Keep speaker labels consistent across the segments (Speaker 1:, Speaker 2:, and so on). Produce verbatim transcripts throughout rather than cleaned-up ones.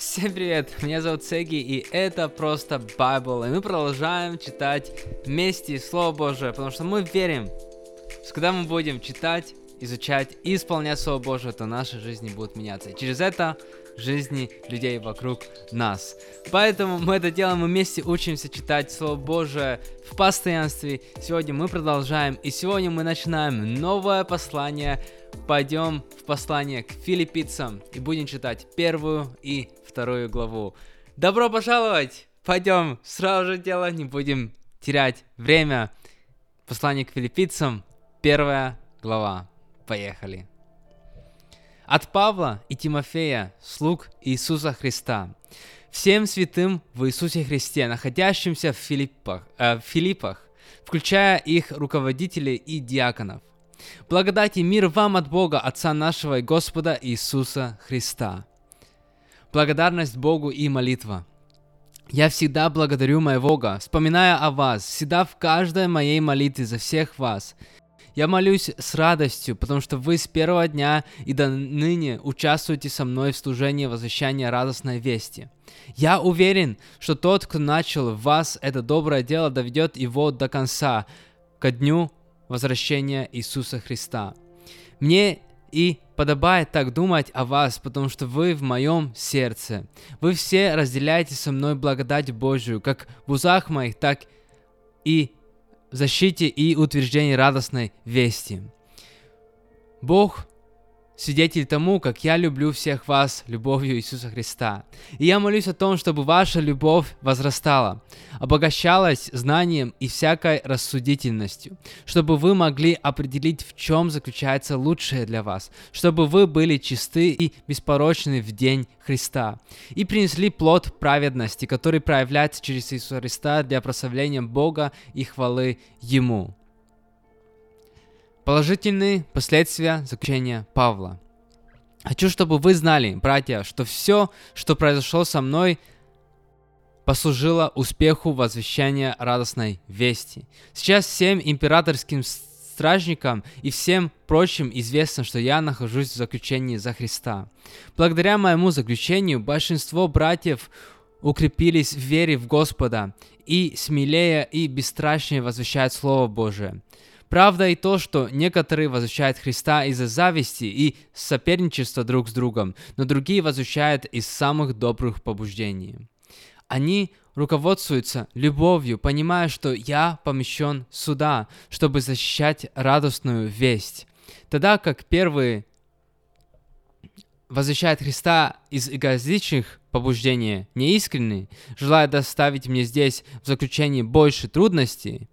Speaker 1: Всем привет, меня зовут Сеги, и это просто Bible, и мы продолжаем читать вместе Слово Божие, потому что мы верим, что когда мы будем читать, изучать и исполнять Слово Божие, то наши жизни будут меняться, и через это жизни людей вокруг нас. Поэтому мы это делаем, мы вместе учимся читать Слово Божие в постоянстве. Сегодня мы продолжаем, и сегодня мы начинаем новое послание. Пойдем в послание к филиппийцам и будем читать первую и вторую главу. Добро пожаловать! Пойдем сразу же дело, не будем терять время. Послание к филиппийцам, первая глава. Поехали. От Павла и Тимофея, слуг Иисуса Христа, всем святым в Иисусе Христе, находящимся в Филиппах, э, в Филиппах, включая их руководителей и диаконов. Благодать и мир вам от Бога, Отца нашего и Господа Иисуса Христа. Благодарность Богу и молитва. Я всегда благодарю моего Бога, вспоминая о вас, всегда в каждой моей молитве за всех вас. Я молюсь с радостью, потому что вы с первого дня и до ныне участвуете со мной в служении возвещания радостной вести. Я уверен, что тот, кто начал в вас это доброе дело, доведет его до конца, ко дню возвращения Иисуса Христа. Мне и подобает так думать о вас, потому что вы в моем сердце. Вы все разделяете со мной благодать Божию, как в узах моих, так и в защите и утверждении радостной вести. Бог свидетель тому, как я люблю всех вас любовью Иисуса Христа. И я молюсь о том, чтобы ваша любовь возрастала, обогащалась знанием и всякой рассудительностью, чтобы вы могли определить, в чем заключается лучшее для вас, чтобы вы были чисты и беспорочны в день Христа, и принесли плод праведности, который проявляется через Иисуса Христа для прославления Бога и хвалы Ему. Положительные последствия заключения Павла. Хочу, чтобы вы знали, братья, что все, что произошло со мной, послужило успеху возвещания радостной вести. Сейчас всем императорским стражникам и всем прочим известно, что я нахожусь в заключении за Христа. Благодаря моему заключению большинство братьев укрепились в вере в Господа и смелее и бесстрашнее возвещают Слово Божие. Правда и то, что некоторые возвещают Христа из-за зависти и соперничества друг с другом, но другие возвещают из самых добрых побуждений. Они руководствуются любовью, понимая, что я помещен сюда, чтобы защищать радостную весть. Тогда как первые возвещают Христа из эгоистичных побуждений, неискренне, желая доставить мне здесь в заключении больше трудностей.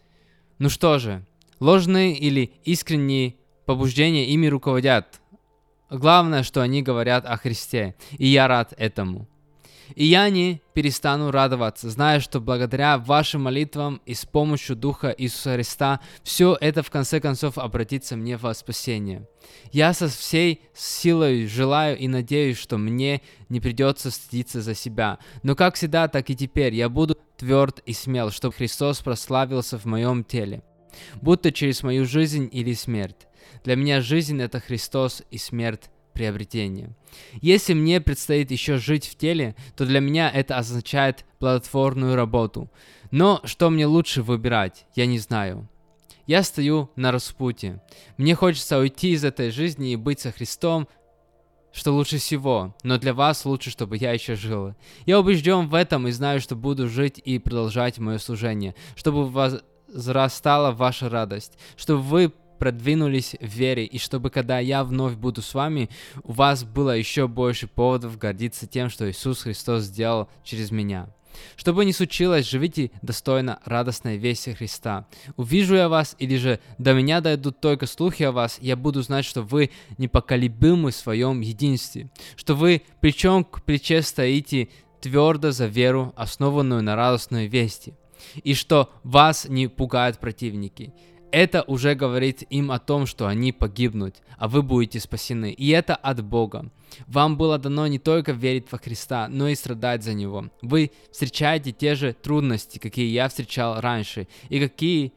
Speaker 1: Ну что же, ложные или искренние побуждения ими руководят. Главное, что они говорят о Христе, и я рад этому. И я не перестану радоваться, зная, что благодаря вашим молитвам и с помощью Духа Иисуса Христа все это в конце концов обратится мне во спасение. Я со всей силой желаю и надеюсь, что мне не придется стыдиться за себя. Но как всегда, так и теперь я буду тверд и смел, чтобы Христос прославился в моем теле, будто через мою жизнь или смерть. Для меня жизнь — это Христос, и смерть — приобретение. Если мне предстоит еще жить в теле, то для меня это означает плодотворную работу. Но что мне лучше выбирать, я не знаю. Я стою на распутье. Мне хочется уйти из этой жизни и быть со Христом, что лучше всего, но для вас лучше, чтобы я еще жил. Я убежден в этом и знаю, что буду жить и продолжать мое служение, чтобы возрастала ваша радость, чтобы вы продвинулись в вере, и чтобы, когда я вновь буду с вами, у вас было еще больше поводов гордиться тем, что Иисус Христос сделал через меня. Что бы ни случилось, живите достойно радостной вести Христа. Увижу я вас, или же до меня дойдут только слухи о вас, я буду знать, что вы непоколебимы в своем единстве, что вы плечом к плече стоите твердо за веру, основанную на радостной вести, и что вас не пугают противники. Это уже говорит им о том, что они погибнут, а вы будете спасены. И это от Бога. Вам было дано не только верить во Христа, но и страдать за Него. Вы встречаете те же трудности, какие я встречал раньше, и какие,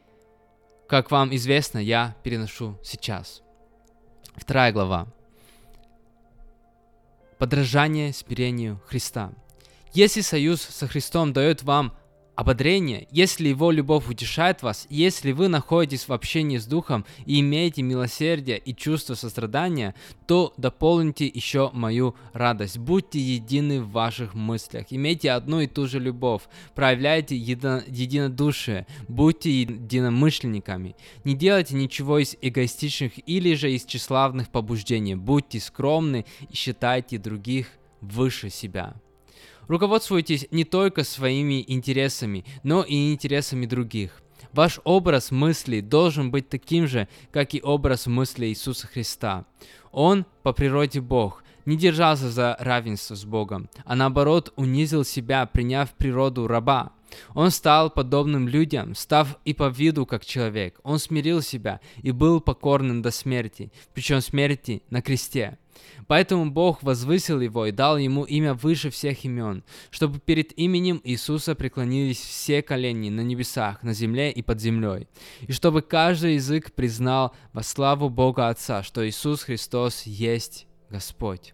Speaker 1: как вам известно, я переношу сейчас. Вторая глава. подражание смирению Христа. Если союз со Христом дает вам ободрение, если Его любовь утешает вас, если вы находитесь в общении с Духом и имеете милосердие и чувство сострадания, то дополните еще мою радость. Будьте едины в ваших мыслях, имейте одну и ту же любовь, проявляйте едино- единодушие, будьте единомышленниками. Не делайте ничего из эгоистичных или же из тщеславных побуждений. Будьте скромны и считайте других выше себя. Руководствуйтесь не только своими интересами, но и интересами других. Ваш образ мыслей должен быть таким же, как и образ мыслей Иисуса Христа. Он, по природе Бог, не держался за равенство с Богом, а наоборот унизил себя, приняв природу раба. Он стал подобным людям, став и по виду как человек. Он смирил себя и был покорным до смерти, причем смерти на кресте. Поэтому Бог возвысил его и дал ему имя выше всех имен, чтобы перед именем Иисуса преклонились все колени на небесах, на земле и под землей, и чтобы каждый язык признал во славу Бога Отца, что Иисус Христос есть Господь.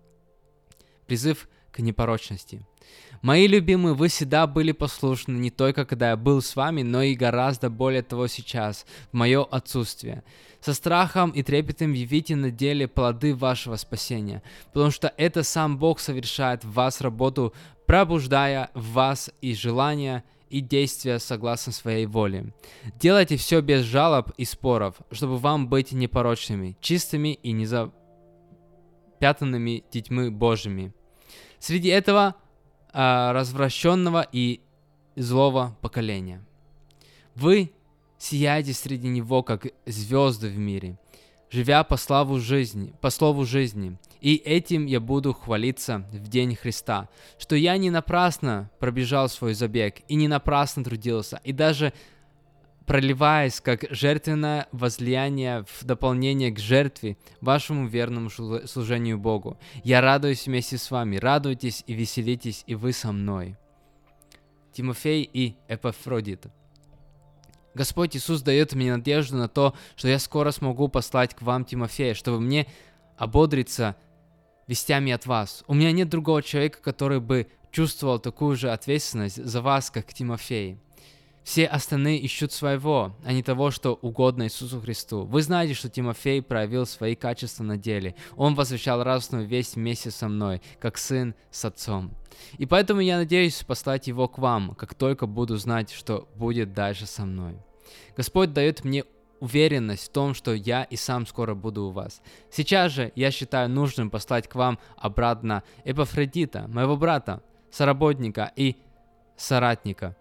Speaker 1: Призыв к непорочности. Мои любимые, вы всегда были послушны не только когда я был с вами, но и гораздо более того сейчас, в мое отсутствие. Со страхом и трепетом явите на деле плоды вашего спасения, потому что это сам Бог совершает в вас работу, пробуждая в вас и желания, и действия согласно своей воле. Делайте все без жалоб и споров, чтобы вам быть непорочными, чистыми и незапятнанными детьми Божьими. Среди этого а, развращенного и злого поколения. Вы сияете среди него, как звезды в мире, живя по славу жизни, по слову жизни. И этим я буду хвалиться в день Христа, что я не напрасно пробежал свой забег и не напрасно трудился, и даже проливаясь как жертвенное возлияние в дополнение к жертве, вашему верному служению Богу. Я радуюсь вместе с вами, радуйтесь и веселитесь, и вы со мной. Тимофей и Эпафродит. Господь Иисус дает мне надежду на то, что я скоро смогу послать к вам Тимофея, чтобы мне ободриться вестями от вас. У меня нет другого человека, который бы чувствовал такую же ответственность за вас, как Тимофей. Все остальные ищут своего, а не того, что угодно Иисусу Христу. Вы знаете, что Тимофей проявил свои качества на деле. Он возвещал радостную весть вместе со мной, как сын с отцом. И поэтому я надеюсь послать его к вам, как только буду знать, что будет дальше со мной. Господь дает мне уверенность в том, что я и сам скоро буду у вас. Сейчас же я считаю нужным послать к вам обратно Эпафродита, моего брата, соработника и соратника,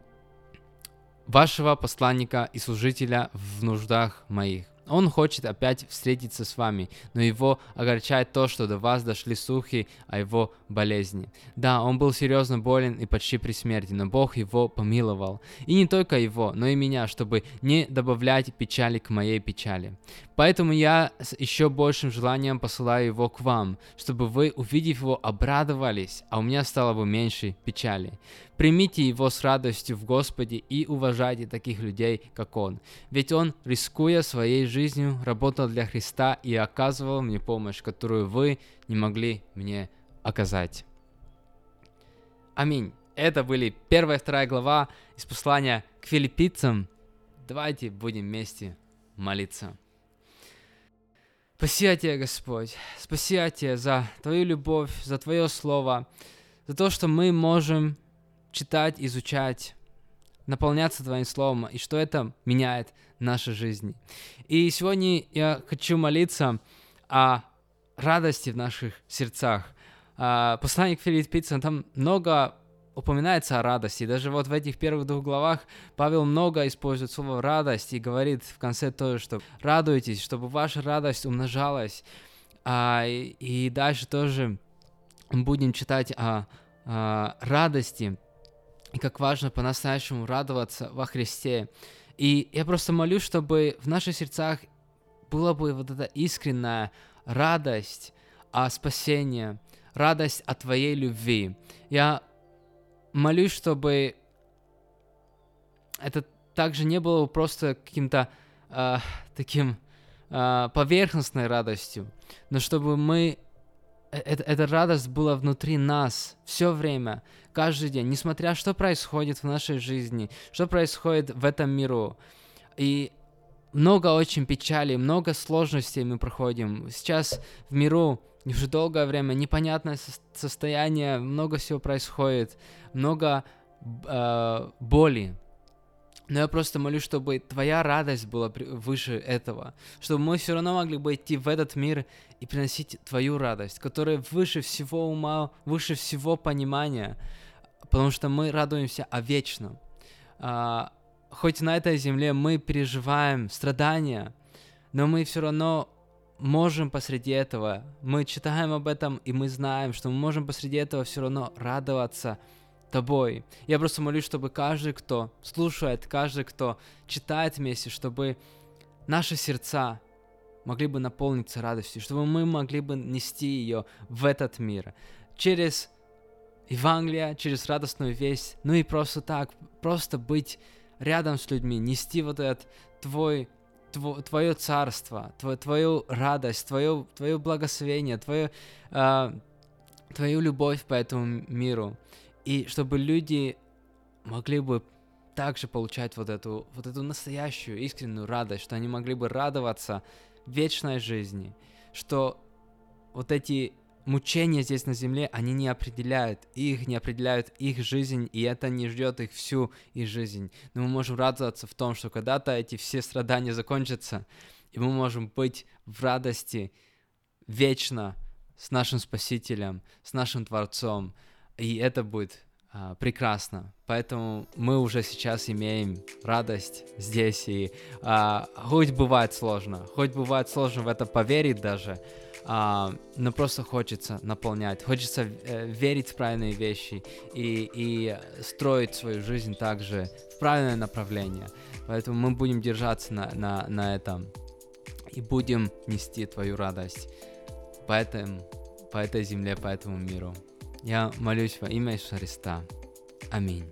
Speaker 1: вашего посланника и служителя в нуждах моих. Он хочет опять встретиться с вами, но его огорчает то, что до вас дошли слухи о его болезни. Да, он был серьезно болен и почти при смерти, но Бог его помиловал. И не только его, но и меня, чтобы не добавлять печали к моей печали. Поэтому я с еще большим желанием посылаю его к вам, чтобы вы, увидев его, обрадовались, а у меня стало бы меньше печали. Примите его с радостью в Господе и уважайте таких людей, как он. Ведь он, рискуя своей жизнью, работал для Христа и оказывал мне помощь, которую вы не могли мне оказать. Аминь. Это были первая и вторая глава из послания к филиппийцам. Давайте будем вместе молиться. Спасибо тебе, Господь. Спасибо тебе за твою любовь, за твое слово, за то, что мы можем читать, изучать, наполняться Твоим Словом, и что это меняет наши жизни. И сегодня я хочу молиться о радости в наших сердцах. Послание к филиппийцам, там много упоминается о радости. Даже вот в этих первых двух главах Павел много использует слово «радость» и говорит в конце тоже, что радуйтесь, чтобы ваша радость умножалась. И дальше тоже будем читать о, о радости, и как важно по-настоящему радоваться во Христе. И я просто молюсь, чтобы в наших сердцах была бы вот эта искренняя радость о спасении, радость о Твоей любви. Я молюсь, чтобы это также не было просто каким-то э, таким э, поверхностной радостью, но чтобы мы э- э- эта радость была внутри нас все время, каждый день, несмотря что происходит в нашей жизни, что происходит в этом миру. И много очень печали, много сложностей мы проходим. Сейчас в миру уже долгое время непонятное со- состояние, много всего происходит, много э, боли. Но я просто молюсь, чтобы твоя радость была при- выше этого, чтобы мы все равно могли бы идти в этот мир и приносить твою радость, которая выше всего ума, выше всего понимания, потому что мы радуемся о вечном. А, хоть на этой земле мы переживаем страдания, но мы все равно можем посреди этого, мы читаем об этом, и мы знаем, что мы можем посреди этого все равно радоваться тобой. Я просто молюсь, чтобы каждый, кто слушает, каждый, кто читает вместе, чтобы наши сердца могли бы наполниться радостью, чтобы мы могли бы нести ее в этот мир через Евангелие, через радостную весть, ну и просто так, просто быть рядом с людьми, нести вот этот твой, тво, твое царство, твой, твою радость, твое, твое благословение, твое, э, твою любовь по этому миру. И чтобы люди могли бы также получать вот эту, вот эту настоящую, искреннюю радость, что они могли бы радоваться вечной жизни, что вот эти мучения здесь на земле, они не определяют их, не определяют их жизнь, и это не ждет их всю их жизнь. Но мы можем радоваться в том, что когда-то эти все страдания закончатся, и мы можем быть в радости вечно с нашим Спасителем, с нашим Творцом, и это будет а, прекрасно. Поэтому мы уже сейчас имеем радость здесь. И а, хоть бывает сложно, хоть бывает сложно в это поверить даже, а, но просто хочется наполнять, хочется э, верить в правильные вещи и, и строить свою жизнь также в правильное направление. Поэтому мы будем держаться на, на, на этом и будем нести твою радость по, этому, по этой земле, по этому миру. Я молюсь во имя Иисуса Христа. Аминь.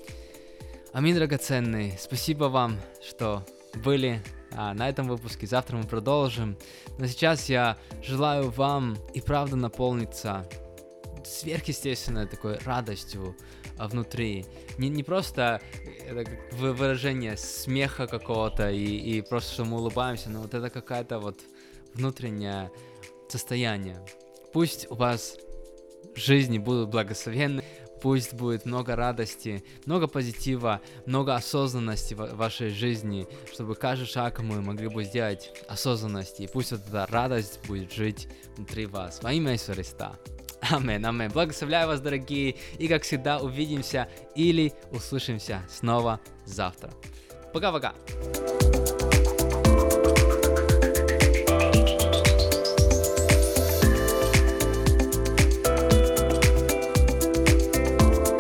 Speaker 1: Аминь, драгоценные. Спасибо вам, что были а, на этом выпуске. Завтра мы продолжим. Но сейчас я желаю вам и правда наполниться сверхъестественной такой радостью а, внутри. Не, не просто это как выражение смеха какого-то и, и просто, что мы улыбаемся, но вот это какая-то вот внутреннее состояние. Пусть у вас жизни будут благословенны, пусть будет много радости, много позитива, много осознанности в вашей жизни, чтобы каждый шаг мы могли бы сделать осознанности, и пусть вот эта радость будет жить внутри вас. Во имя Иисуса Христа. Аминь, аминь. Благословляю вас, дорогие, и как всегда увидимся или услышимся снова завтра. Пока-пока.